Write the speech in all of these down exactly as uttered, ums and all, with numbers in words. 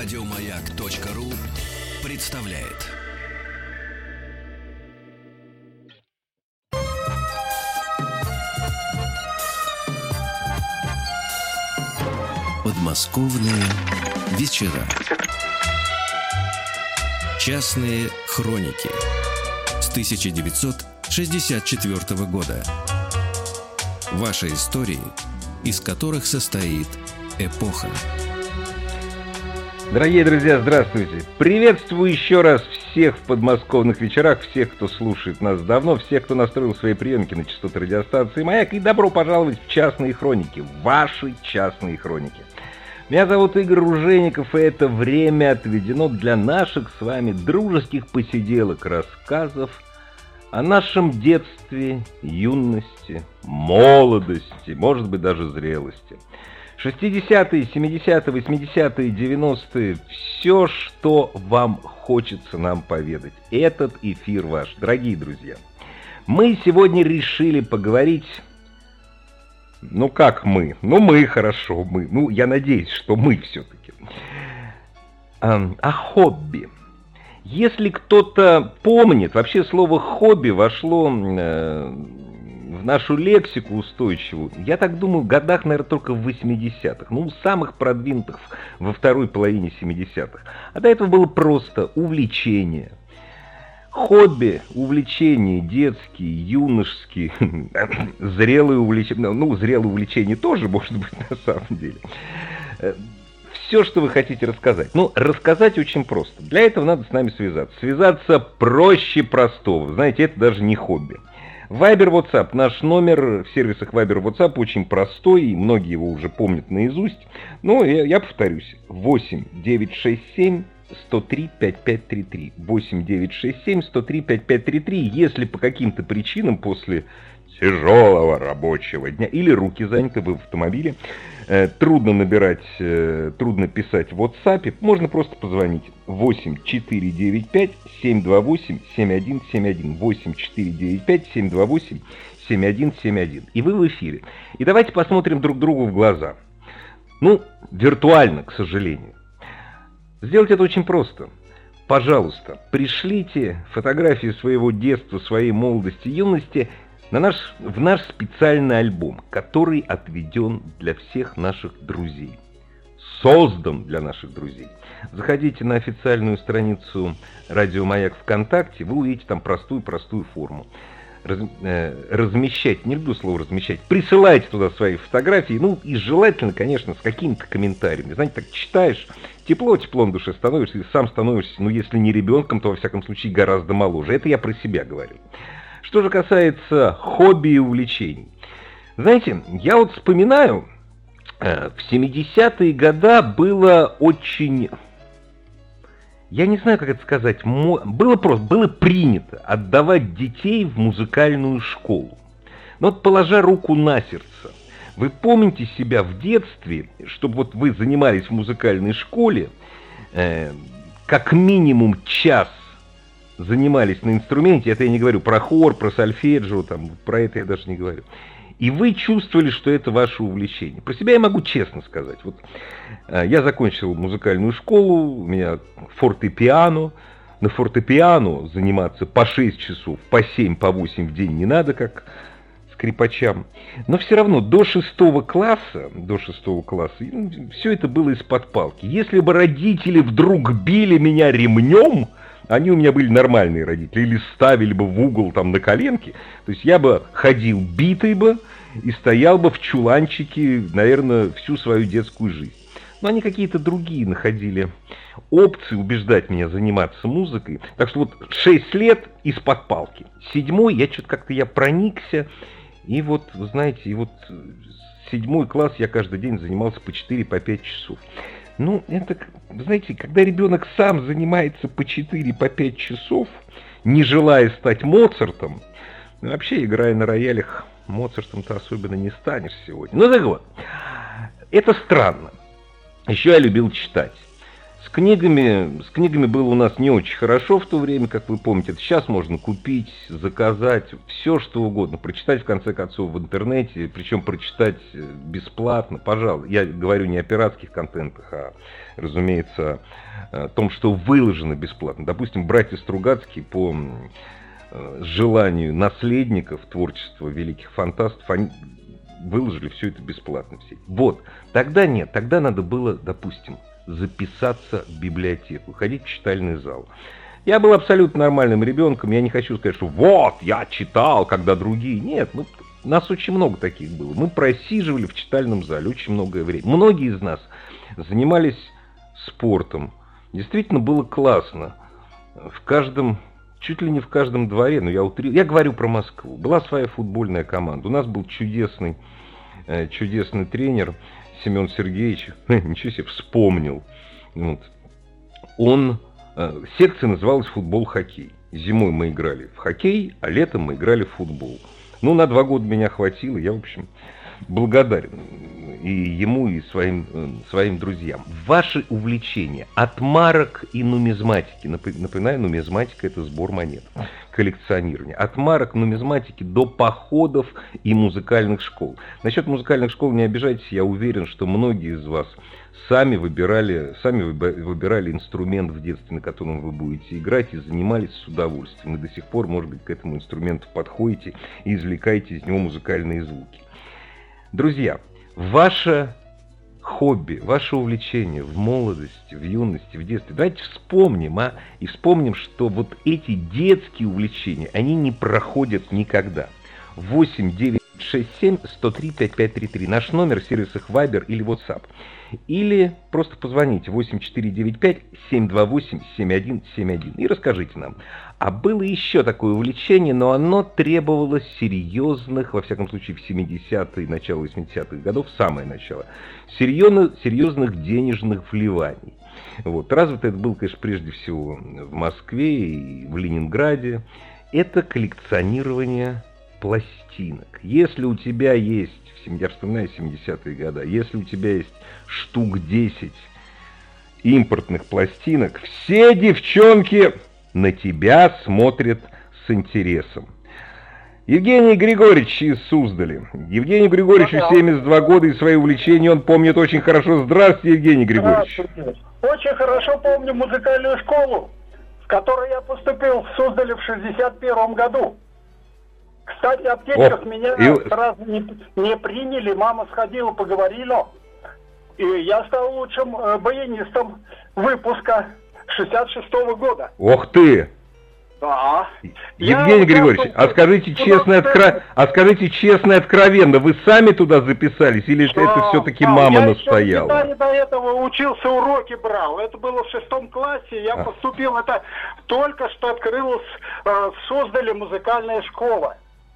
Радиомаяк.ру представляет. Подмосковные вечера. Частные хроники с тысяча девятьсот шестьдесят четвёртого года. Ваши истории, из которых состоит эпоха. Дорогие друзья, здравствуйте! Приветствую еще раз всех в подмосковных вечерах, всех, кто слушает нас давно, всех, кто настроил свои приемники на частоты радиостанции «Маяк», и добро пожаловать в частные хроники, ваши частные хроники. Меня зовут Игорь Ружеников, и это время отведено для наших с вами дружеских посиделок, рассказов о нашем детстве, юности, молодости, может быть, даже зрелости. шестидесятые, семидесятые, восьмидесятые, девяностые, все, что вам хочется нам поведать. Этот эфир ваш, дорогие друзья. Мы сегодня решили поговорить, ну как мы, ну мы, хорошо, мы, ну я надеюсь, что мы все-таки, о хобби. Если кто-то помнит, вообще слово «хобби» вошло в нашу лексику устойчивую, я так думаю, в годах, наверное, только в восьмидесятых, ну, самых продвинутых во второй половине семидесятых. А до этого было просто увлечение. Хобби, увлечения детские, юношеские, зрелые увлечения, ну, зрелые увлечения тоже, может быть, на самом деле. Все, что вы хотите рассказать. Ну, рассказать очень просто. Для этого надо с нами связаться. Связаться проще простого. Знаете, это даже не хобби. Вайбер, WhatsApp. Наш номер в сервисах Вайбер, WhatsApp очень простой, и многие его уже помнят наизусть. Но я, я повторюсь. восемь девятьсот шестьдесят семь сто три пятьдесят пять тридцать три. восемь девятьсот шестьдесят семь сто три пятьдесят пять тридцать три. Если по каким-то причинам после тяжелого рабочего дня или руки заняты, вы в автомобиле, э, трудно набирать, э, трудно писать в WhatsApp, можно просто позвонить. восемь четыре девять пять семь два восемь семь один семь один. восемь четыре девять пять семь два восемь семь один семь один. И вы в эфире. И давайте посмотрим друг другу в глаза. Ну, виртуально, к сожалению. Сделать это очень просто. Пожалуйста, пришлите фотографии своего детства, своей молодости, юности на наш, в наш специальный альбом, который отведен для всех наших друзей. Создан для наших друзей. Заходите на официальную страницу Радио Маяк ВКонтакте, вы увидите там простую-простую форму. Раз, э, размещать, не люблю слово размещать, присылайте туда свои фотографии, ну и желательно, конечно, с какими-то комментариями. Знаете, так читаешь, тепло-тепло на душе становишься, и сам становишься, ну если не ребенком, то во всяком случае гораздо моложе. Это я про себя говорю. Что же касается хобби и увлечений. Знаете, я вот вспоминаю, в семидесятые годы было очень, я не знаю, как это сказать, было просто, было принято отдавать детей в музыкальную школу. Но вот положа руку на сердце, вы помните себя в детстве, чтобы вот вы занимались в музыкальной школе, э, как минимум час занимались на инструменте, это я не говорю про хор, про сольфеджио, там, про это я даже не говорю. И вы чувствовали, что это ваше увлечение. Про себя я могу честно сказать. Вот, э, я закончил музыкальную школу, у меня фортепиано. На фортепиано заниматься по шесть часов, по семь, по восемь в день не надо, как скрипачам. Но все равно до шестого класса, до шестого класса, ну, все это было из-под палки. Если бы родители вдруг били меня ремнем, они у меня были нормальные родители, или ставили бы в угол там на коленки, то есть я бы ходил битый бы и стоял бы в чуланчике, наверное, всю свою детскую жизнь. Но они какие-то другие находили опции убеждать меня заниматься музыкой. Так что вот шесть лет из-под палки. Седьмой, я что-то как-то я проникся, и вот, вы знаете, и вот седьмой класс я каждый день занимался по четыре, по пять часов. Ну, это, знаете, когда ребенок сам занимается по четыре, по пять часов, не желая стать Моцартом, ну, вообще, играя на роялях, Моцартом-то особенно не станешь сегодня. Ну, так вот, это странно. Еще я любил читать. С книгами, с книгами было у нас не очень хорошо в то время, как вы помните. Сейчас можно купить, заказать, все что угодно, прочитать в конце концов в интернете, причем прочитать бесплатно, пожалуйста. Я говорю не о пиратских контентах, а, разумеется, о том, что выложено бесплатно. Допустим, братья Стругацкие по желанию наследников творчества великих фантастов, они выложили все это бесплатно. Все. Вот, тогда нет, тогда надо было, допустим, записаться в библиотеку, ходить в читальный зал. Я был абсолютно нормальным ребенком, я не хочу сказать, что вот, я читал, когда другие. Нет, мы, нас очень много таких было. Мы просиживали в читальном зале очень многое время. Многие из нас занимались спортом. Действительно было классно. В каждом, чуть ли не в каждом дворе, но я утрирую, я говорю про Москву. Была своя футбольная команда. У нас был чудесный, чудесный тренер Семен Сергеевич, ничего себе, вспомнил. Вот. Он, секция называлась футбол-хоккей. Зимой мы играли в хоккей, а летом мы играли в футбол. Ну, на два года меня хватило, я, в общем, благодарен и ему, и своим, своим друзьям. Ваши увлечения от марок и нумизматики, напоминаю, нумизматика — это сбор монет, коллекционирование. От марок, нумизматики до походов и музыкальных школ. Насчет музыкальных школ не обижайтесь, я уверен, что многие из вас сами выбирали, сами выбирали инструмент в детстве, на котором вы будете играть, и занимались с удовольствием. И до сих пор, может быть, к этому инструменту подходите и извлекаете из него музыкальные звуки. Друзья, ваше хобби, ваше увлечение в молодости, в юности, в детстве, давайте вспомним, а, и вспомним, что вот эти детские увлечения, они не проходят никогда. восемь девять шесть семь сто три пятьдесят пять тридцать три, наш номер в сервисах Viber или WhatsApp. Или просто позвоните восемь четыре девять пять семь два восемь семь один семь один и расскажите нам. А было еще такое увлечение, но оно требовало серьезных, во всяком случае в семидесятые, начало восьмидесятых годов, самое начало, серьезных, серьезных денежных вливаний. Вот. Развито это было, конечно, прежде всего в Москве и в Ленинграде. Это коллекционирование пластинок. Если у тебя есть, я вспоминаю семидесятые годы, если у тебя есть штук десять импортных пластинок, все девчонки на тебя смотрят с интересом. Евгений Григорьевич из Суздаля. Евгений Григорьевичу семьдесят два года, и свои увлечения он помнит очень хорошо. Здравствуйте, Евгений Григорьевич. Здравствуйте. Очень хорошо помню музыкальную школу, в которой я поступил в Суздале в шестьдесят первом году. Кстати, аптечках Ох, меня и... сразу не, не приняли, мама сходила, поговорила, и я стал лучшим э, баянистом выпуска шестьдесят шестого года. Ох ты! Да. Евгений я Григорьевич, а скажите честно, откро... а скажите честно и откровенно, вы сами туда записались, или да, это все-таки да, мама я настояла? Я еще до этого учился, уроки брал. Это было в шестом классе, я а. поступил, это только что открылась э, в Суздале музыкальная школа.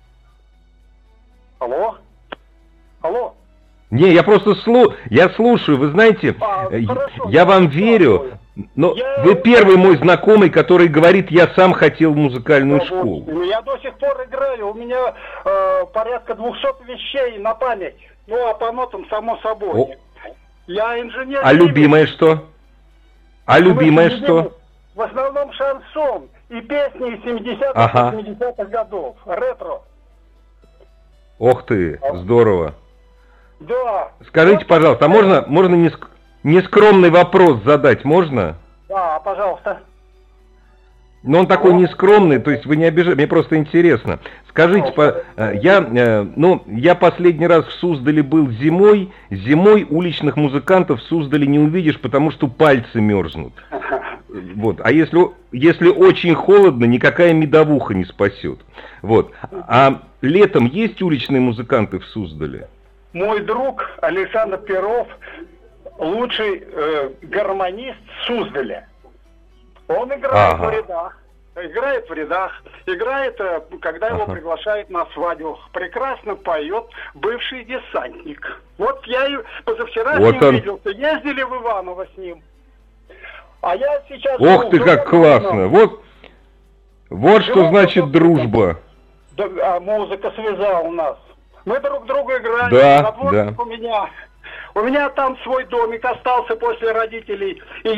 Алло? Алло? Не, я просто слу... я слушаю, вы знаете, а, хорошо, я вам верю, но я... вы первый мой знакомый, который говорит, я сам хотел музыкальную да, школу. Вот, я до сих пор играю, у меня э, порядка двухсот вещей на память, ну а по нотам само собой. О. Я инженер. А любимое что? А любимое что? В основном шансон и песни из семидесятых, ага. восьмидесятых годов, ретро. Ох ты, здорово. Да. Скажите, пожалуйста, а можно, можно неск... нескромный вопрос задать, можно? Да, пожалуйста. Но он такой нескромный, то есть вы не обижаете, мне просто интересно. Скажите, по... я, ну, я последний раз в Суздале был зимой, зимой уличных музыкантов в Суздале не увидишь, потому что пальцы мерзнут. Вот. А если, если очень холодно, никакая медовуха не спасет. Вот. А летом есть уличные музыканты в Суздале? Мой друг Александр Перов, лучший э, гармонист Суздаля. Он играет ага. в рядах, играет в рядах, играет, э, когда его ага. приглашают на свадьбу. Прекрасно поет бывший десантник. Вот я и позавчера вот с ним он. виделся, ездили в Иваново с ним. А я сейчас... Ох ты, как классно! Вот, вот что значит дружба. Да, а музыка связала нас. Мы друг другу играем. Да, да. У меня, у меня там свой домик остался после родителей. И я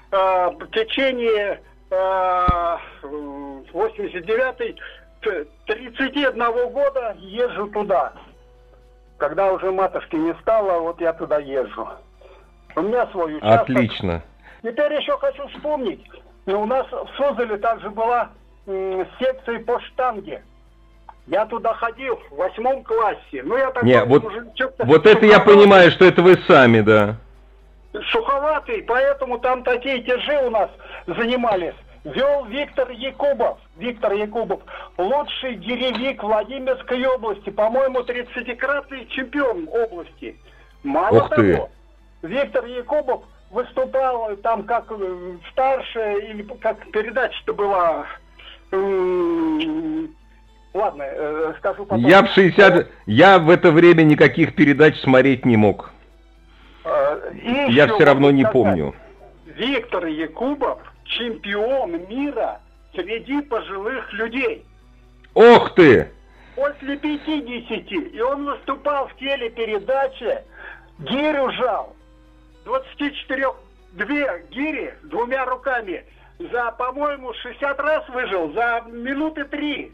э, в течение э, восемьдесят девятый тридцать один года езжу туда. Когда уже матушки не стало, вот я туда езжу. У меня свой участок. Отлично. Теперь еще хочу вспомнить. У нас в Суздале также была м, секция по штанге. Я туда ходил в восьмом классе. Ну, я так Не, вот, уже вот это я понимаю, что это вы сами, да. Суховатый, поэтому там такие тяжи у нас занимались. Вел Виктор Якубов. Виктор Якубов. Лучший гиревик Владимирской области. По-моему, тридцатикратный чемпион области. Мало Ух ты. того, Виктор Якубов выступал там как старшая, или как передача-то была... Ладно, э, скажу потом. Я в шестьдесят... Я в это время никаких передач смотреть не мог. Э, Я все равно не сказать, помню. Виктор Якубов чемпион мира среди пожилых людей. Ох ты! После пятидесяти. И он выступал в телепередаче, гирю жал. двадцать четыре, две гири двумя руками. За, по-моему, шестьдесят раз выжил, за минуты три.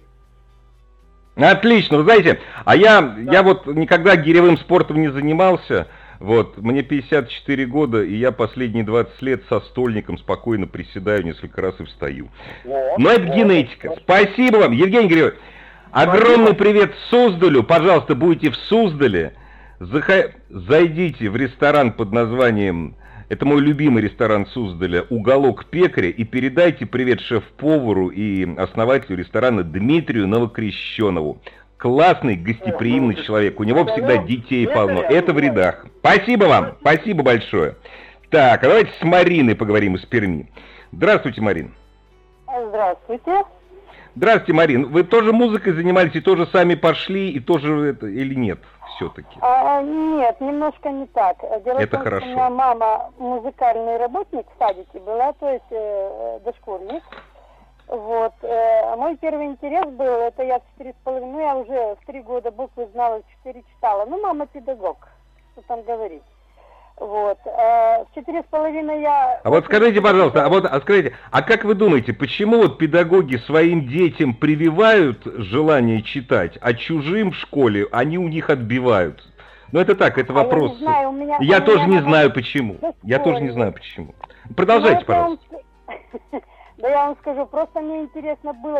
Отлично, вы знаете, а я, да. я вот никогда гиревым спортом не занимался, вот, мне пятьдесят четыре года, и я последние двадцать лет со стольником спокойно приседаю несколько раз и встаю. Вот, Но это вот, генетика. Вот. Спасибо вам, Евгений Григорьевич. Огромный Спасибо. Привет Суздалю, пожалуйста, будете в Суздале, Зах... зайдите в ресторан под названием... Это мой любимый ресторан Суздаля, «Уголок пекаря», и передайте привет шеф-повару и основателю ресторана Дмитрию Новокрещенову. Классный, гостеприимный человек, у него всегда детей полно. Это в рядах. Спасибо вам, спасибо большое. Так, а давайте с Мариной поговорим из Перми. Здравствуйте, Марин. Здравствуйте. Здравствуйте, Марин. Вы тоже музыкой занимались и тоже сами пошли, и тоже это, или нет? Все-таки. А, нет, немножко не так. Дело Это в том, хорошо. Что у меня мама музыкальный работник в садике была, то есть э, дошкольник. Вот. Э, мой первый интерес был, это я в четыре с половиной, ну я уже в три года буквы знала, в четыре читала. Ну, мама педагог, что там говорить. Вот. В четыре с половиной я... А вот скажите, пожалуйста, а вот а скажите, а как вы думаете, почему вот педагоги своим детям прививают желание читать, а чужим в школе они у них отбивают? Ну это так, это вопрос. А я не знаю, у меня, я у тоже меня не знаю почему. Я тоже не знаю почему. Продолжайте, ну, пожалуйста. Вам... Да я вам скажу, просто мне интересно было,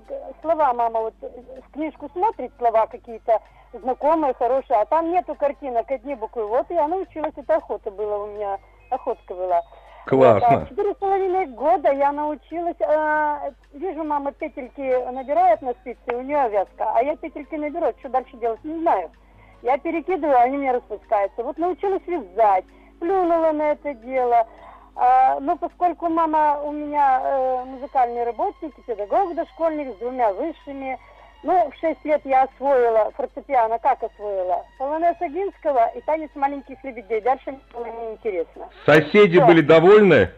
слова мама вот в книжку смотрит, слова какие-то знакомые, хорошие, а там нету картинок, одни буквы. Вот я научилась, это охота была у меня, охотка была. Классно. Четыре с половиной года я научилась, э, вижу, мама петельки набирает на спице, у нее вязка, а я петельки наберу, что дальше делать, не знаю. Я перекидываю, они мне распускаются. Вот научилась вязать, плюнула на это дело. А, но поскольку мама у меня э, музыкальный работник, педагог дошкольник с двумя высшими, ну, в шесть лет я освоила фортепиано. Как освоила? Полонез Огинского и танец маленьких лебедей. Дальше мне было неинтересно. Соседи были довольны?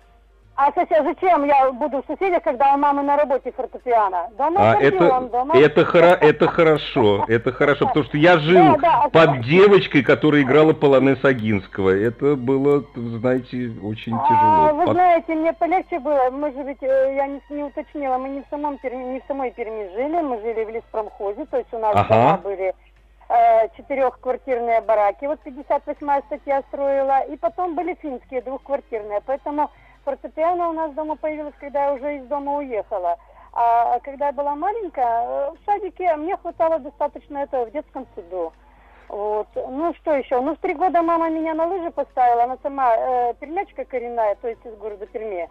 А сосед, зачем я буду в соседях, когда у мамы на работе фортепиано? Дома а это, дома... это, хоро, это хорошо, это хорошо, потому что я жил да, да, под девочкой, которая играла полонез Огинского. Это было, знаете, очень а, тяжело. Вы под... знаете, мне полегче было. Мы же ведь, я не, не уточнила, мы не в, самом Перми, не в самой Перми жили, мы жили в леспромхозе, то есть у нас ага. дома были э, четырехквартирные бараки, вот пятьдесят восьмая статья строила, и потом были финские двухквартирные, поэтому... Фортепиано у нас дома появилось, когда я уже из дома уехала. А когда я была маленькая, в садике мне хватало достаточно этого в детском саду. Вот. Ну что еще? Ну в три года мама меня на лыжи поставила. Она сама э, пермячка коренная, то есть из города Перми.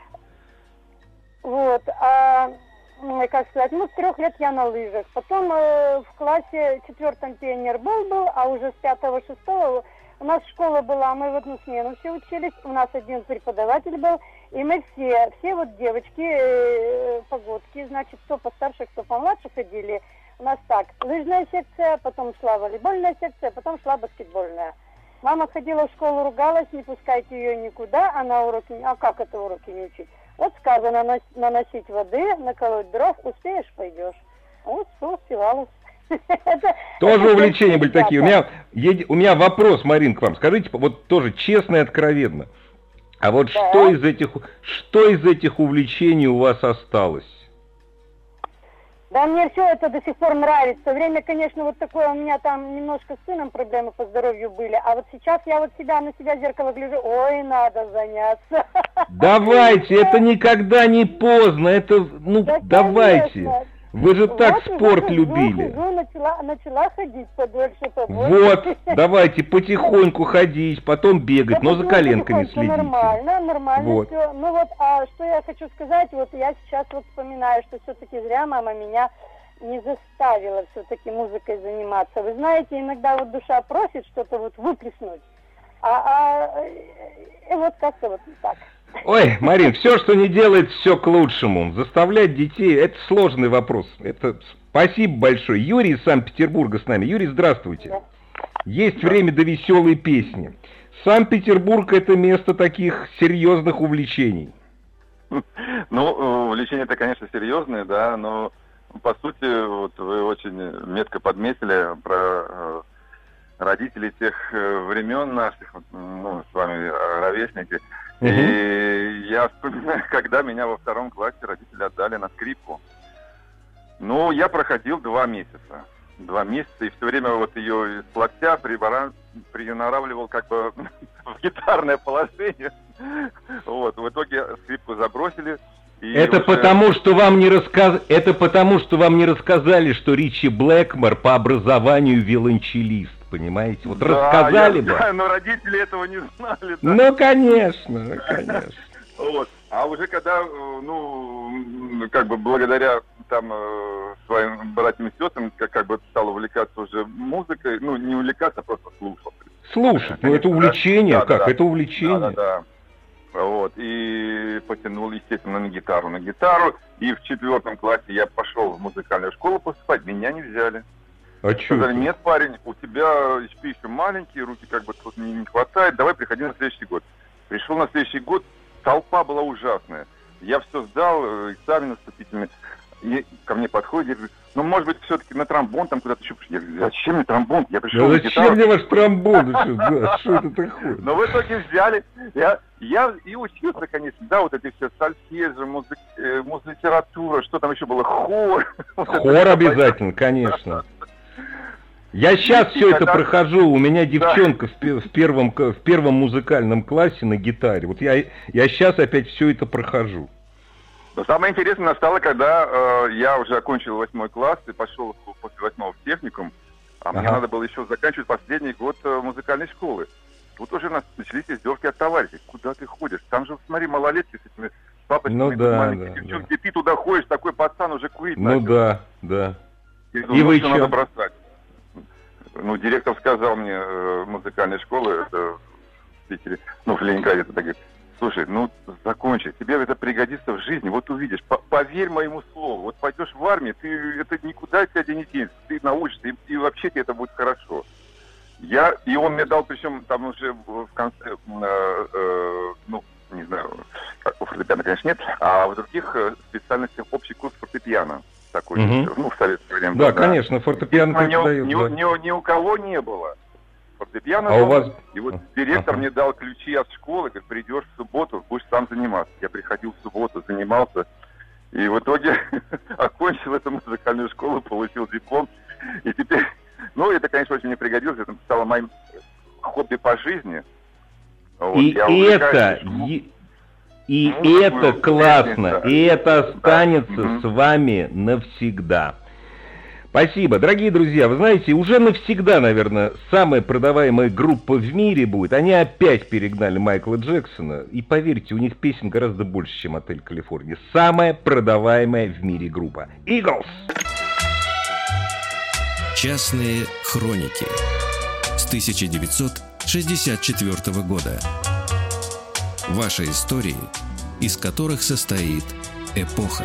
Вот. А как сказать, ну с трех лет я на лыжах. Потом э, в классе четвертом пионербол был, а уже с пятого-шестого... У нас школа была, мы в одну смену все учились, у нас один преподаватель был, и мы все, все вот девочки, э, погодки, значит, кто постарше, кто помладше ходили. У нас так, лыжная секция, потом шла волейбольная секция, потом шла баскетбольная. Мама ходила в школу, ругалась, не пускайте ее никуда, а на уроки, а как это уроки не учить? Вот сказано, наносить воды, наколоть дров, успеешь, пойдешь. Вот, все, успевалось. Это, тоже это увлечения были такие. У меня, у меня вопрос, Марин, к вам. Скажите, вот тоже честно и откровенно. А вот Да. что из этих, что из этих увлечений у вас осталось? Да, мне все это до сих пор нравится. Время, конечно, вот такое, у меня там немножко с сыном проблемы по здоровью были. А вот сейчас я вот себя на себя в зеркало гляжу, ой, надо заняться. Давайте, это никогда не поздно, это, ну, Да, давайте. конечно. Вы же так Вот уже спорт хожу, любили. хожу, начала, начала ходить подольше, побольше. Вот, давайте потихоньку ходить, потом бегать, но за коленками Потихоньку, следите. Нормально, нормально Вот. все. Ну вот, а что я хочу сказать, вот я сейчас вот вспоминаю, что все-таки зря мама меня не заставила все-таки музыкой заниматься. Вы знаете, иногда вот душа просит что-то вот выплеснуть, а, а и вот как-то вот так. Ой, Марин, все, что не делает, все к лучшему. Заставлять детей, это сложный вопрос. Это спасибо большое. Юрий из Санкт-Петербурга с нами. Юрий, здравствуйте. Да. Есть время до веселой песни. Санкт-Петербург — это место таких серьезных увлечений. Ну, увлечения-то, конечно, серьезные, да, но по сути, вот вы очень метко подметили про э, родителей тех э, времен наших, ну, с вами ровесники. Угу. И я вспоминаю, когда меня во втором классе родители отдали на скрипку. Ну, я проходил два месяца. Два месяца, и все время вот ее из локтя прибора... приноравливал как бы в гитарное положение. Вот, в итоге скрипку забросили. И это уже... потому, что вам не рассказ... это потому, что вам не рассказали, что Ричи Блэкмор по образованию виолончелист, понимаете? Вот да, рассказали я... бы. Да, но родители этого не знали. Да. Ну, конечно, конечно. Вот. А уже когда, ну, как бы благодаря там своим братьям и сестрам, как, как бы стал увлекаться уже музыкой, ну, не увлекаться, а просто слушал. Слушать, ну это увлечение, да, как? да, Это увлечение. Да, да, да. Вот, и потянул, естественно, на гитару, на гитару, и в четвертом классе я пошел в музыкальную школу поступать, меня не взяли. А что? Сказали, нет, парень, у тебя ты еще маленький, руки как бы тут не, не хватает, давай приходи на следующий год. Пришел на следующий год, толпа была ужасная. Я все сдал, экзамены вступительные. И ко мне подходит и говорит, ну, может быть, все-таки на тромбон там куда-то еще пришли. Я говорю, зачем мне тромбон? Я пришел да на зачем гитару. мне ваш тромбон? Что это такое? Но в итоге взяли. Я, я и учился, конечно, да, вот эти все сольфеджи, музык, э, музлитература, что там еще было, хор. Хор обязательно, конечно. Я сейчас все это прохожу, у меня девчонка в, в, первом, в первом музыкальном классе на гитаре. Вот я, я сейчас опять все это прохожу. Но самое интересное настало, когда э, я уже окончил восьмой класс и пошел после восьмого в техникум, а ага. мне надо было еще заканчивать последний год э, музыкальной школы. Тут уже нас начались издевки от товарищей. Куда ты ходишь? Там же, смотри, малолетки с этими папочками, ну, да, маленькие да, девчонки. Да. Ты туда ходишь, такой пацан уже курить ну, начал. Ну да, да. И, думаю, и вы что что? Надо бросать. Ну, директор сказал мне э, музыкальной школы, это в Питере, ну, в Ленинграде, это так говорит, слушай, ну, закончи, тебе это пригодится в жизни, вот увидишь, по поверь моему слову, вот пойдешь в армию, ты это никуда тебя не денется, ты научишься, и, и вообще тебе это будет хорошо. Я, и он мне дал, причем там уже в конце, э, э, ну, не знаю, как у фортепиано, конечно, нет, а в других специальностях общий курс фортепиано. Такой, угу. ну, в советское время. Да, да, конечно, фортепиано ни, ни, ни, ни, ни у кого не было. Фортепиано. А у вас... И вот директор ага. мне дал ключи от школы, говорит, придешь в субботу, будешь сам заниматься. Я приходил в субботу, занимался, и в итоге окончил эту музыкальную школу, получил диплом. И теперь, ну, это, конечно, очень мне пригодилось, это стало моим хобби по жизни. Вот, и это... И ну, это классно, да. И это останется да. с вами навсегда. Спасибо. Дорогие друзья, вы знаете, уже навсегда, наверное, самая продаваемая группа в мире будет. Они опять перегнали Майкла Джексона. И поверьте, у них песен гораздо больше, чем «Отель Калифорния». Самая продаваемая в мире группа. Eagles! Частные хроники с тысяча девятьсот шестьдесят четвёртого года. Ваши истории, из которых состоит эпоха.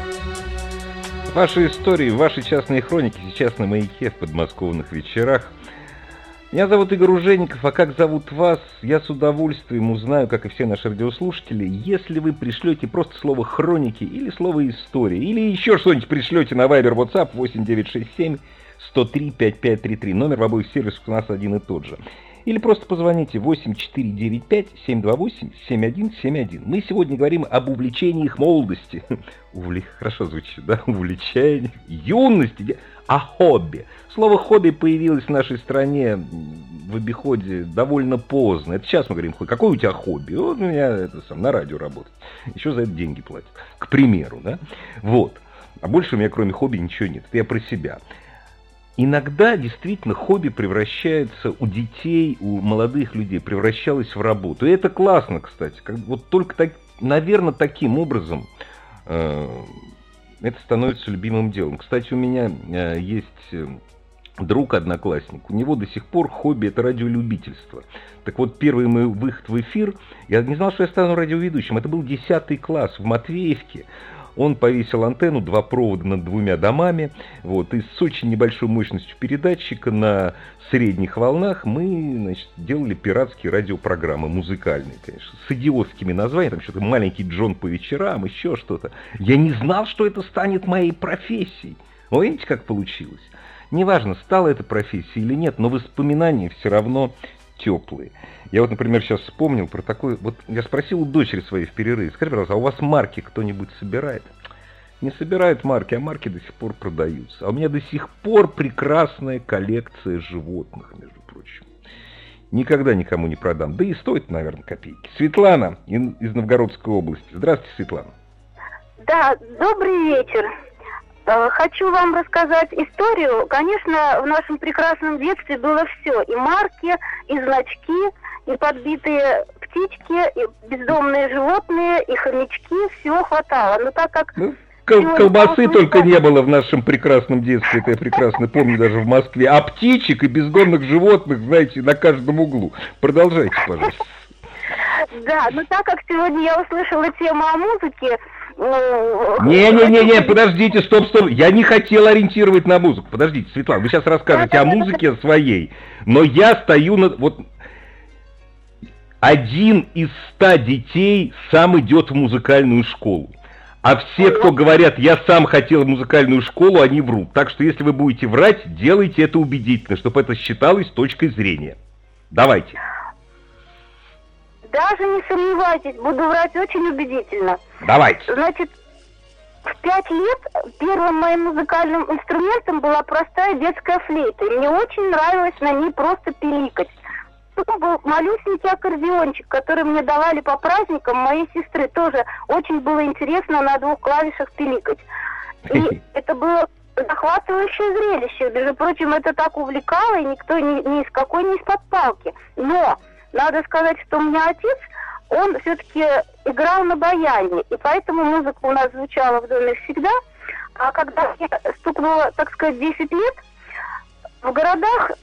Ваши истории, ваши частные хроники сейчас на «Маяке» в подмосковных вечерах. Меня зовут Игорь Ужеников, а как зовут вас, я с удовольствием узнаю, как и все наши радиослушатели, если вы пришлете просто слово «хроники» или слово «история», или еще что-нибудь пришлете на Viber, WhatsApp восемь девятьсот шестьдесят семь сто три пятьдесят пять тридцать три. Номер в обоих сервисах у нас один и тот же. Или просто позвоните восемь четыре девять пять семь два восемь семь один семь один. Мы сегодня говорим об увлечениях молодости. Увле... Хорошо звучит, да? Увлечение, юности, о хобби. Слово «хобби» появилось в нашей стране в обиходе довольно поздно. Это сейчас мы говорим, какое у тебя хобби? Вот у меня это сам на радио работает. Еще за это деньги платят. К примеру, да? Вот. А больше у меня кроме хобби ничего нет. Это я про себя. Иногда действительно хобби превращается у детей, у молодых людей, превращалось в работу. И это классно, кстати. Как, вот только, так, наверное, таким образом э, это становится любимым делом. Кстати, у меня э, есть друг, одноклассник. У него до сих пор хобби — это радиолюбительство. Так вот, первый мой выход в эфир, я не знал, что я стану радиоведущим. Это был десятый класс в Матвеевке. Он повесил антенну, два провода над двумя домами, вот, и с очень небольшой мощностью передатчика на средних волнах мы, значит, делали пиратские радиопрограммы, музыкальные, конечно, с идиотскими названиями, там что-то «Маленький Джон по вечерам», еще что-то. Я не знал, что это станет моей профессией. Вы видите, как получилось? Неважно, стала это профессией или нет, но воспоминания все равно теплые. Я вот, например, сейчас вспомнил про такой... Вот я спросил у дочери своей в перерыве: скажи, пожалуйста, а у вас марки кто-нибудь собирает? Не собирают марки, а марки до сих пор продаются. А у меня до сих пор прекрасная коллекция животных, между прочим. Никогда никому не продам. Да и стоит, наверное, копейки. Светлана из Новгородской области. Здравствуйте, Светлана. Да, добрый вечер. Хочу вам рассказать историю. Конечно, в нашем прекрасном детстве было все. И марки, и значки, и подбитые птички, и бездомные животные, и хомячки. Всего хватало. Но так как... Ну, кол- колбасы только не было в нашем прекрасном детстве. Это я прекрасно помню даже в Москве. А птичек и бездомных животных, знаете, на каждом углу. Продолжайте, пожалуйста. Да, но так как сегодня я услышала тему о музыке... Не-не-не-не, подождите, стоп, стоп. Я не хотел ориентировать на музыку. Подождите, Светлана, вы сейчас расскажете о музыке своей. Но я стою на... Вот один из ста детей сам идет в музыкальную школу. А все, кто говорят, я сам хотел в музыкальную школу, они врут. Так что если вы будете врать, делайте это убедительно, чтобы это считалось точкой зрения. Давайте. Даже не сомневайтесь, буду врать очень убедительно. Давайте. Значит, в пять лет первым моим музыкальным инструментом была простая детская флейта. И мне очень нравилось на ней просто пиликать. Потом был малюсенький аккордеончик, который мне давали по праздникам моей сестры. Тоже очень было интересно на двух клавишах пиликать. И это было захватывающее зрелище. Между прочим, это так увлекало, и никто ни, ни из какой не из-под палки. Но... Надо сказать, что у меня отец, он все-таки играл на баяне, и поэтому музыка у нас звучала в доме всегда. А когда мне стукнуло, так сказать, десять лет, в городах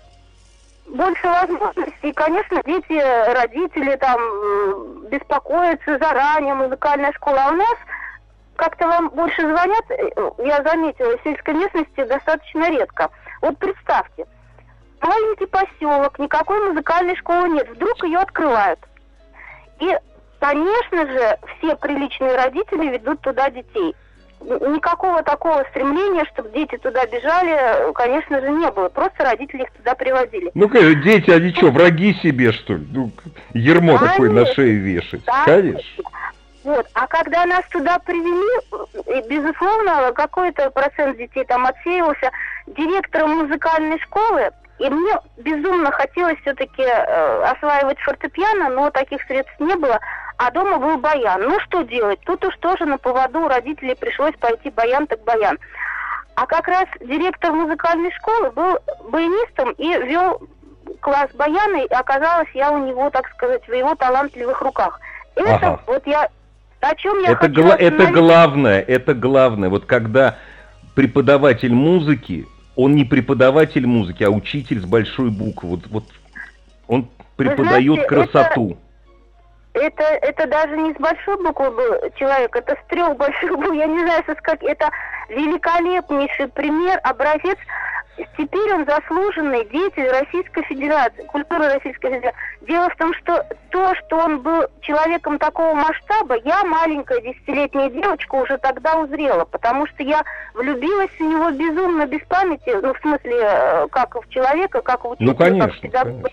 больше возможностей. И, конечно, дети, родители там беспокоятся заранее, музыкальная школа. А у нас как-то вам больше звонят, я заметила, в сельской местности достаточно редко. Вот представьте. Маленький поселок, никакой музыкальной школы нет. Вдруг ее открывают. И, конечно же, все приличные родители ведут туда детей. Никакого такого стремления, чтобы дети туда бежали, конечно же, не было. Просто родители их туда привозили. Ну, конечно, дети, они что, враги себе, что ли? Ну, ермо конечно, такое на шею вешать. Да, конечно. Вот. А когда нас туда привели, и, безусловно, какой-то процент детей там отсеялся, директором музыкальной школы. И мне безумно хотелось все-таки э, осваивать фортепиано, но таких средств не было, а дома был баян. Ну что делать? Тут уж тоже на поводу у родителей пришлось пойти баян так баян. А как раз директор музыкальной школы был баянистом и вел класс баяна, и оказалась я у него, так сказать, в его талантливых руках. Это ага. вот я... О чем я это хочу гла- это главное, это главное. Вот когда преподаватель музыки, он не преподаватель музыки, а учитель с большой буквы. Вот, вот он преподает знаете, красоту. Это, это, это даже не с большой буквы был человек, это с трех больших букв. Я не знаю, с как. Это великолепнейший пример, образец. Теперь он заслуженный деятель Российской Федерации, культуры Российской Федерации. Дело в том, что то, что он был человеком такого масштаба, я, маленькая десятилетняя девочка, уже тогда узрела, потому что я влюбилась в него безумно, без памяти, ну, в смысле, как в человека, как в учителя, ну, конечно, как в педагога.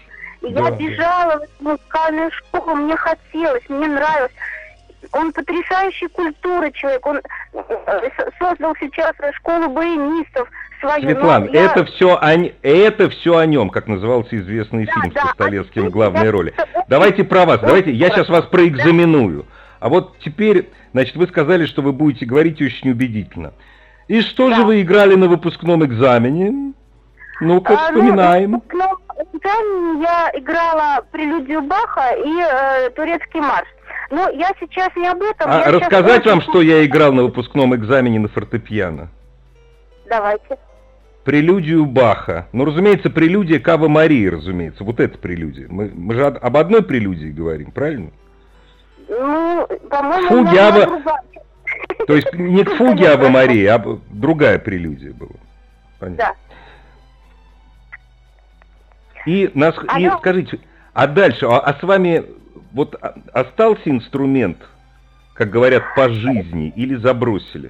Я Да. бежала в музыкальную школу, мне хотелось, мне нравилось. Он потрясающий культуры человек, он э, создал сейчас школу баянистов свою. Светлана, я... это все о, н- это все о нем, как назывался известный Да, фильм да, со Столецким а в главной я- роли. Давайте про вас, давайте, я сейчас вас проэкзаменую. А вот теперь, значит, вы сказали, что вы будете говорить очень убедительно. И что Да. же вы играли на выпускном экзамене? Ну-ка, А, вспоминаем. Ну, в выпускном экзамене я играла прелюдию Баха и э, турецкий марш. Но я сейчас не об этом. А я сейчас рассказать очень- вам, что я играл на выпускном экзамене на фортепиано? Давайте. Прелюдию Баха. Ну, разумеется, прелюдия к Аве Марии, разумеется. Вот это прелюдия. Мы, мы же об одной прелюдии говорим, правильно? Ну, по-моему, Фу, у меня я была бы- другая. То есть не к фуге Аве Марии, а б- другая прелюдия была. Понятно. Да. И, нас, и Алло. скажите, а дальше, а, а с вами вот а- остался инструмент, как говорят, по жизни, или забросили?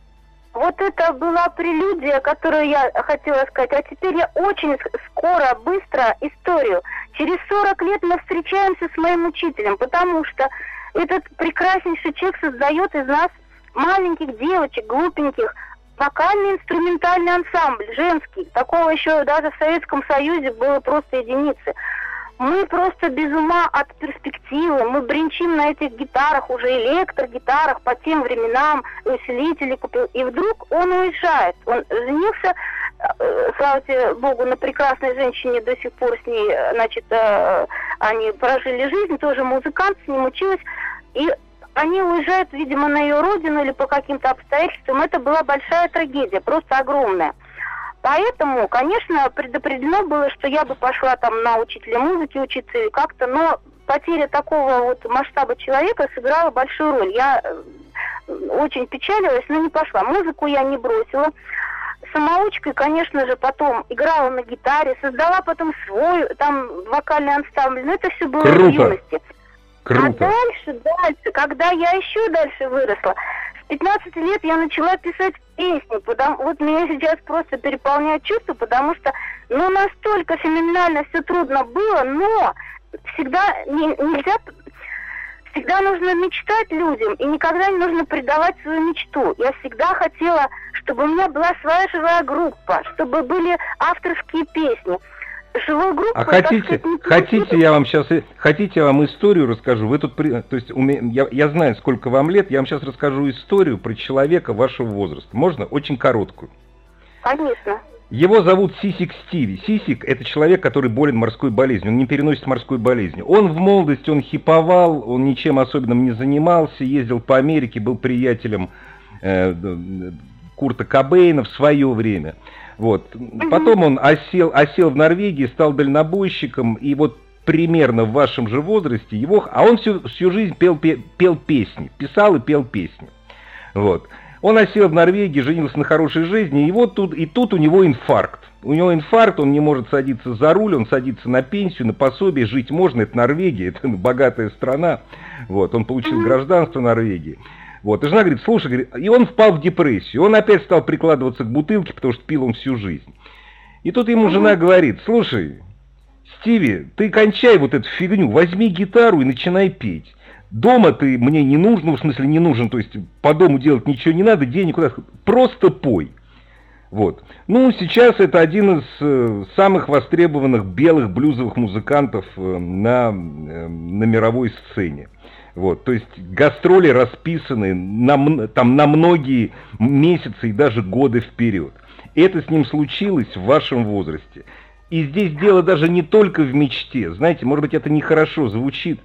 Вот это была прелюдия, которую я хотела сказать. А теперь я очень с- скоро, быстро историю. Через сорок лет мы встречаемся с моим учителем, потому что этот прекраснейший человек создает из нас маленьких девочек, глупеньких, вокальный инструментальный ансамбль, женский. Такого еще даже в Советском Союзе было просто единицы. Мы просто без ума от перспективы. Мы бренчим на этих гитарах, уже электрогитарах, по тем временам, усилители купил. И вдруг он уезжает. Он женился, э, слава тебе Богу, на прекрасной женщине, до сих пор с ней, э, значит, э, они прожили жизнь, тоже музыкант, с ним училась. И они уезжают, видимо, на ее родину или по каким-то обстоятельствам. Это была большая трагедия, просто огромная. Поэтому, конечно, предопределено было, что я бы пошла там на учителя музыки учиться или как-то, но потеря такого вот масштаба человека сыграла большую роль. Я э, очень печалилась, но не пошла. Музыку я не бросила. Самоучкой, конечно же, потом играла на гитаре, создала потом свой там вокальный ансамбль, но это все было Круто. в юности. Круто. А дальше, дальше, когда я еще дальше выросла, с пятнадцати лет я начала писать песни, потому вот меня сейчас просто переполняет чувство, потому что, ну, настолько феноменально все трудно было, но всегда не, нельзя, всегда нужно мечтать людям, и никогда не нужно предавать свою мечту. Я всегда хотела, чтобы у меня была своя живая группа, чтобы были авторские песни. Живой группы, А так хотите, сказать, не хотите я вам сейчас, хотите я вам историю расскажу? Вы тут, при- то есть у меня, я, я знаю, сколько вам лет, я вам сейчас расскажу историю про человека вашего возраста. Можно? Очень короткую. Конечно. Его зовут Сисик Стиви. Сисик — это человек, который болен морской болезнью, он не переносит морской болезни. Он в молодости, он хиповал, он ничем особенным не занимался, ездил по Америке, был приятелем э, Курта Кобейна в свое время. Вот. Потом он осел, осел в Норвегии, стал дальнобойщиком, и вот примерно в вашем же возрасте его... А он всю, всю жизнь пел, пел, пел песни, писал и пел песни. Вот. Он осел в Норвегии, женился на хорошей жизни, и вот тут, и тут у него инфаркт. У него инфаркт, он не может садиться за руль, он садится на пенсию, на пособие, жить можно, это Норвегия, это богатая страна. Вот. Он получил гражданство Норвегии. Вот, и жена говорит, слушай, говорит, и он впал в депрессию, он опять стал прикладываться к бутылке, потому что пил он всю жизнь. И тут ему жена говорит, слушай, Стиви, ты кончай вот эту фигню, возьми гитару и начинай петь. Дома ты мне не нужен, ну, в смысле не нужен, то есть по дому делать ничего не надо, денег куда, просто пой. Вот. Ну, сейчас это один из э, самых востребованных белых блюзовых музыкантов э, на, э, на мировой сцене. Вот, то есть гастроли расписаны на, там, на многие месяцы и даже годы вперед. Это с ним случилось в вашем возрасте. И здесь дело даже не только в мечте. Знаете, может быть, это нехорошо звучит,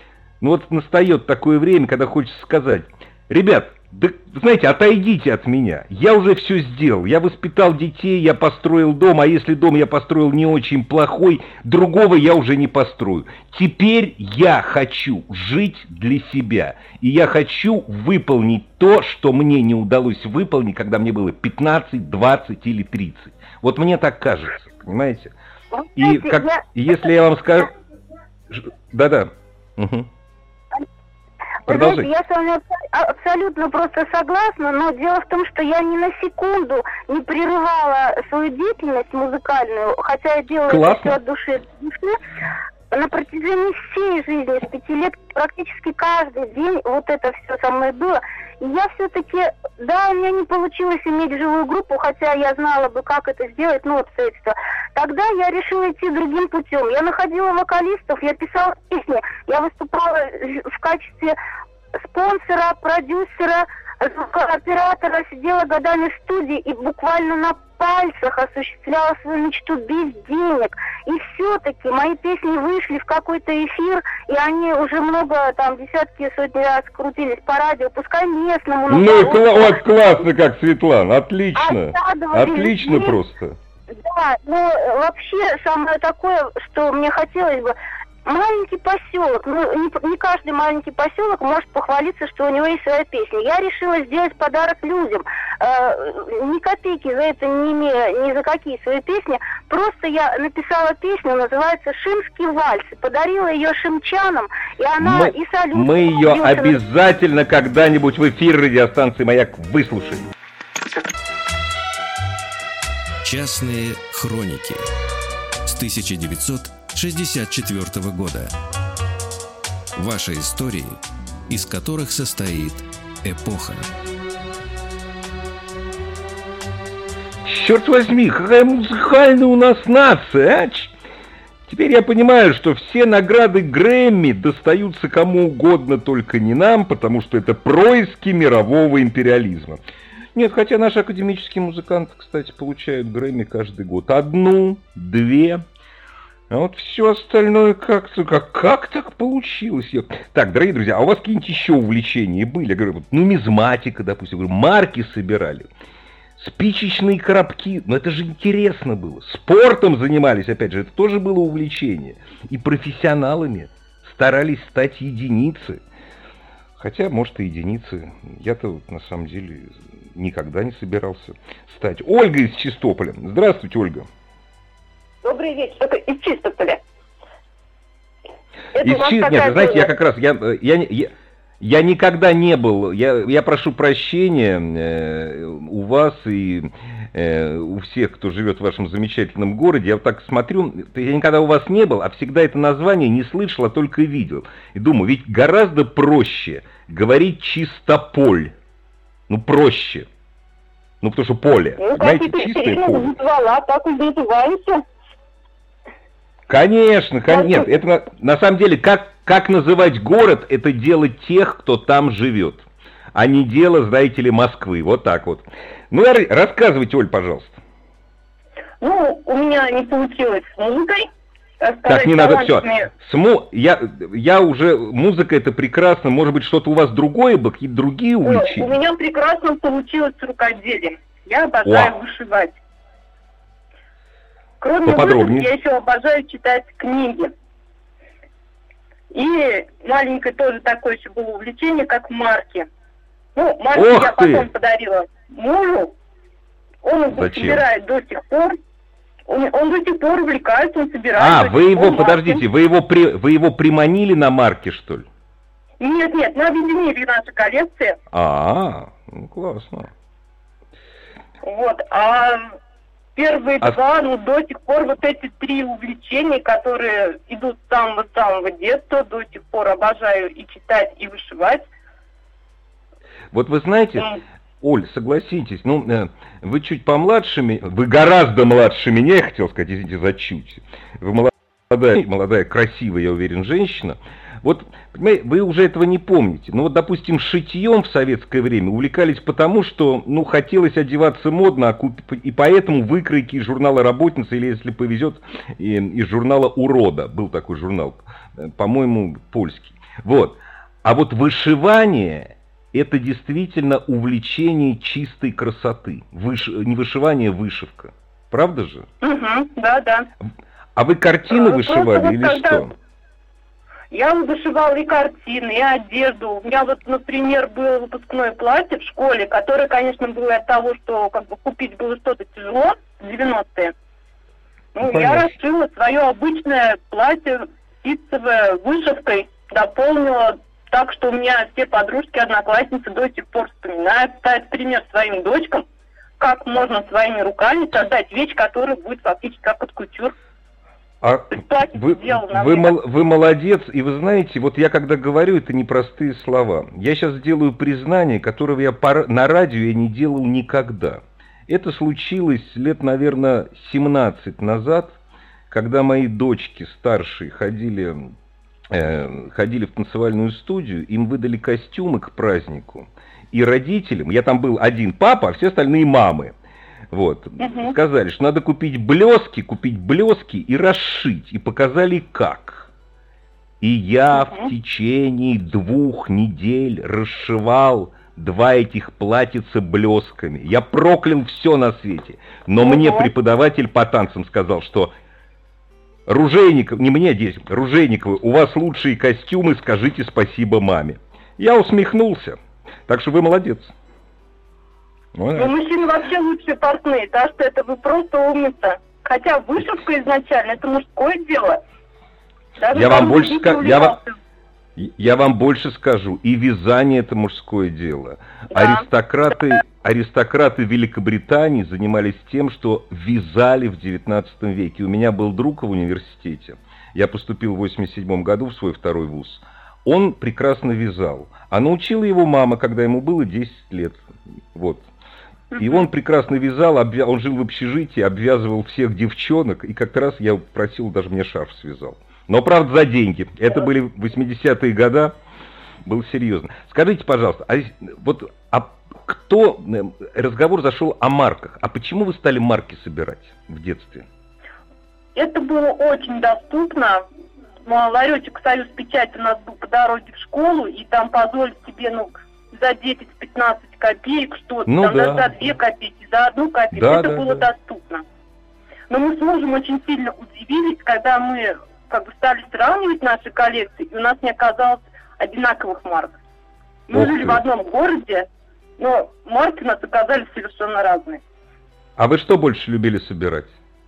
но вот настает такое время, когда хочется сказать, ребят, да, знаете, отойдите от меня, я уже все сделал, я воспитал детей, я построил дом, а если дом я построил не очень плохой, другого я уже не построю. Теперь я хочу жить для себя, и я хочу выполнить то, что мне не удалось выполнить, когда мне было пятнадцать, двадцать или тридцать. Вот мне так кажется, понимаете? И как, если я вам скажу... Да-да. Угу. Вы знаете, я с вами абсолютно просто согласна, но дело в том, что я ни на секунду не прерывала свою деятельность музыкальную, хотя я делала это все от души, от души. на протяжении всей жизни, с пяти лет, практически каждый день вот это все со мной было. И я все-таки, да, у меня не получилось иметь живую группу, хотя я знала бы, как это сделать, ну, обстоятельства. Тогда я решила идти другим путем. Я находила вокалистов, я писала песни, я выступала в качестве спонсора, продюсера, звукооператора, сидела годами в студии и буквально на пальцах осуществляла свою мечту без денег. И все-таки мои песни вышли в какой-то эфир, и они уже много, там, десятки, сотни раз крутились по радио, пускай местному. Ну, кла- вот классно как, Светлана, отлично. Отлично людей. Просто. Да, но вообще самое такое, что мне хотелось бы, маленький поселок, ну, не, не каждый маленький поселок может похвалиться, что у него есть своя песня. Я решила сделать подарок людям, э, ни копейки за это не имея, ни за какие свои песни. Просто я написала песню, называется «Шимский вальс», подарила ее шимчанам, и она мы, и салют. Мы ее обязательно когда-нибудь в эфир радиостанции «Маяк» выслушаем. Частные хроники с тысяча девятьсот шестьдесят четвёртого года. Ваши истории, из которых состоит эпоха. Черт возьми, какая музыкальная у нас нация, а? Теперь я понимаю, что все награды Грэмми достаются кому угодно, только не нам, потому что это происки мирового империализма. Нет, хотя наши академические музыканты, кстати, получают Грэмми каждый год. Одну, две. А вот все остальное как-то, как, как так получилось? Так, дорогие друзья, а у вас какие-нибудь еще увлечения были? Я говорю, вот, нумизматика, допустим, я говорю, марки собирали, спичечные коробки, ну это же интересно было. Спортом занимались, опять же, это тоже было увлечение. И профессионалами старались стать единицы. Хотя, может, и единицы. Я-то, вот, на самом деле, никогда не собирался стать. Ольга из Чистополя. Здравствуйте, Ольга. Добрый вечер, это из Чистополя. Это из Чи... Нет, вы знаете, я как раз, я, я, я, я никогда не был, я, я прошу прощения э, у вас и э, у всех, кто живет в вашем замечательном городе, я вот так смотрю, я никогда у вас не был, а всегда это название не слышал, а только видел. И думаю, ведь гораздо проще говорить Чистополь, ну проще, ну потому что поле, ну, знаете, чистое поле. Назвала, так и называемся. Конечно, конечно. Нет, это на, на самом деле, как, как называть город, это дело тех, кто там живет, а не дело, знаете ли, Москвы. Вот так вот. Ну, рассказывайте, Оль, пожалуйста. Ну, у меня не получилось с музыкой. Так, не надо, все. Сму... Я, я уже, музыка это прекрасно, может быть, что-то у вас другое было, какие-то другие увлечения? Ну, у меня прекрасно получилось с рукоделием. Я обожаю Вау. вышивать. Кроме вышивки, я еще обожаю читать книги. И маленькое тоже такое еще было увлечение, как марки. Ну, марки Ох я ты. потом подарила мужу. Он их собирает до сих пор. Он, он до сих пор увлекается, он собирает. А, вы его, подождите, вы его, при, вы его приманили на марки, что ли? Нет, нет, мы объединили наши коллекции. А, ну классно. Вот, а первые а... два, ну, до сих пор вот эти три увлечения, которые идут с самого-самого детства, до сих пор обожаю и читать, и вышивать. Вот вы знаете, mm. Оль, согласитесь, ну, вы чуть помладше меня, вы гораздо младше меня, я хотел сказать, извините за чуть. Вы молодая, молодая, красивая, я уверен, женщина. Вот, понимаете, вы уже этого не помните. Ну вот, допустим, шитьем в советское время увлекались потому, что, ну, хотелось одеваться модно, а куп... и поэтому выкройки из журнала «Работница» или, если повезет, из журнала «Урода». Был такой журнал, по-моему, польский. Вот. А вот вышивание – это действительно увлечение чистой красоты. Выш... Не вышивание, а вышивка. Правда же? Угу, да, да. А вы картины вышивали вот или когда... что? Я вышивала и картины, и одежду. У меня вот, например, было выпускное платье в школе, которое, конечно, было от того, что как бы купить было что-то тяжело в девяностые. Ну, ну я расшила свое обычное платье ситцевое вышивкой, дополнила так, что у меня все подружки, одноклассницы до сих пор вспоминают, ставят пример своим дочкам, как можно своими руками создать вещь, которая будет фактически как от кутюр. А вы, вы, мол, вы молодец, и вы знаете, вот я когда говорю, это непростые слова. Я сейчас сделаю признание, которого я по, на радио я не делал никогда. Это случилось лет, наверное, семнадцать назад, когда мои дочки старшие ходили, э, ходили в танцевальную студию, им выдали костюмы к празднику, и родителям, я там был один папа, а все остальные мамы, вот, угу. сказали, что надо купить блески, купить блески и расшить, и показали как. И я угу. в течение двух недель расшивал два этих платьица блесками. Я проклял все на свете. Но угу. мне преподаватель по танцам сказал, что Ружейников, не мне здесь, Ружейниковы, у вас лучшие костюмы, скажите спасибо маме. Я усмехнулся. Так что вы молодец. Ну, ну мужчины вообще лучшие портные, так что это вы просто умница. Хотя вышивка изначально, это мужское дело. Даже я вам больше скажу, я вам, я вам больше скажу, и вязание это мужское дело. Да. Аристократы, аристократы Великобритании занимались тем, что вязали в девятнадцатом веке. У меня был друг в университете, я поступил в восемьдесят седьмом году в свой второй вуз. Он прекрасно вязал, а научила его мама, когда ему было десять лет. Вот. И он прекрасно вязал, обвя... он жил в общежитии, обвязывал всех девчонок, и как-то раз я просил, даже мне шарф связал. Но, правда, за деньги. Это были восьмидесятые годы, было серьезно. Скажите, пожалуйста, а вот а кто, разговор зашел о марках, а почему вы стали марки собирать в детстве? Это было очень доступно. Ларечек «Союз Печать» у нас был по дороге в школу, и там позволить себе, ну, за десять-пятнадцать копеек что-то, ну, там, да. за две копейки, за одну копейку, да, это да, было да. доступно. Но мы с мужем очень сильно удивились, когда мы как бы стали сравнивать наши коллекции, и у нас не оказалось одинаковых марок. Мы Ох жили ты. в одном городе, но марки у нас оказались совершенно разные. А вы что больше любили собирать?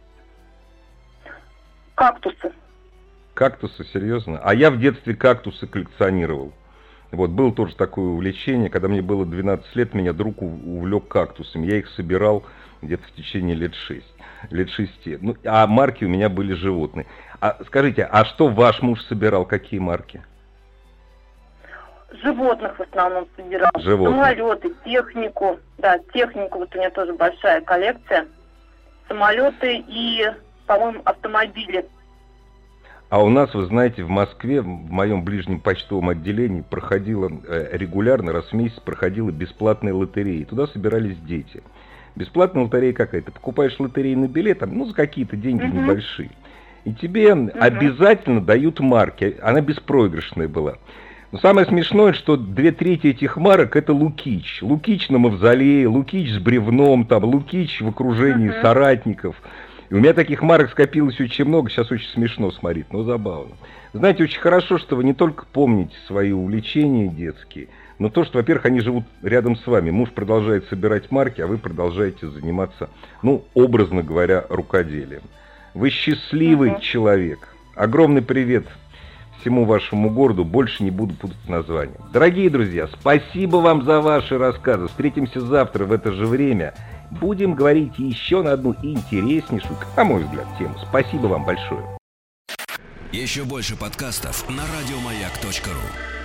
Кактусы. Кактусы, серьезно? А я в детстве кактусы коллекционировал. Вот, было тоже такое увлечение, когда мне было двенадцать лет, меня друг увлек кактусами. Я их собирал где-то в течение лет шесть, лет шести. Ну, а марки у меня были животные. А скажите, а что ваш муж собирал, какие марки? Животных в основном собирал. Животных. Самолеты, технику. Да, технику, вот у меня тоже большая коллекция. Самолеты и, по-моему, автомобили. А у нас, вы знаете, в Москве, в моем ближнем почтовом отделении, проходила э, регулярно, раз в месяц проходила бесплатная лотерея. Туда собирались дети. Бесплатная лотерея какая? Ты покупаешь лотерейный билет, там, ну, за какие-то деньги uh-huh. небольшие. И тебе uh-huh. обязательно дают марки. Она беспроигрышная была. Но самое смешное, что две трети этих марок это Лукич. Лукич на мавзолее, Лукич с бревном, там, Лукич в окружении uh-huh. соратников. И у меня таких марок скопилось очень много, сейчас очень смешно смотреть, но забавно. Знаете, очень хорошо, что вы не только помните свои увлечения детские, но то, что, во-первых, они живут рядом с вами. Муж продолжает собирать марки, а вы продолжаете заниматься, ну, образно говоря, рукоделием. Вы счастливый uh-huh. человек. Огромный привет всему вашему городу, больше не буду путать название. Дорогие друзья, спасибо вам за ваши рассказы. Встретимся завтра в это же время. Будем говорить еще на одну интереснейшую, на мой взгляд, тему. Спасибо вам большое. Еще больше подкастов на радиомаяк точка ру.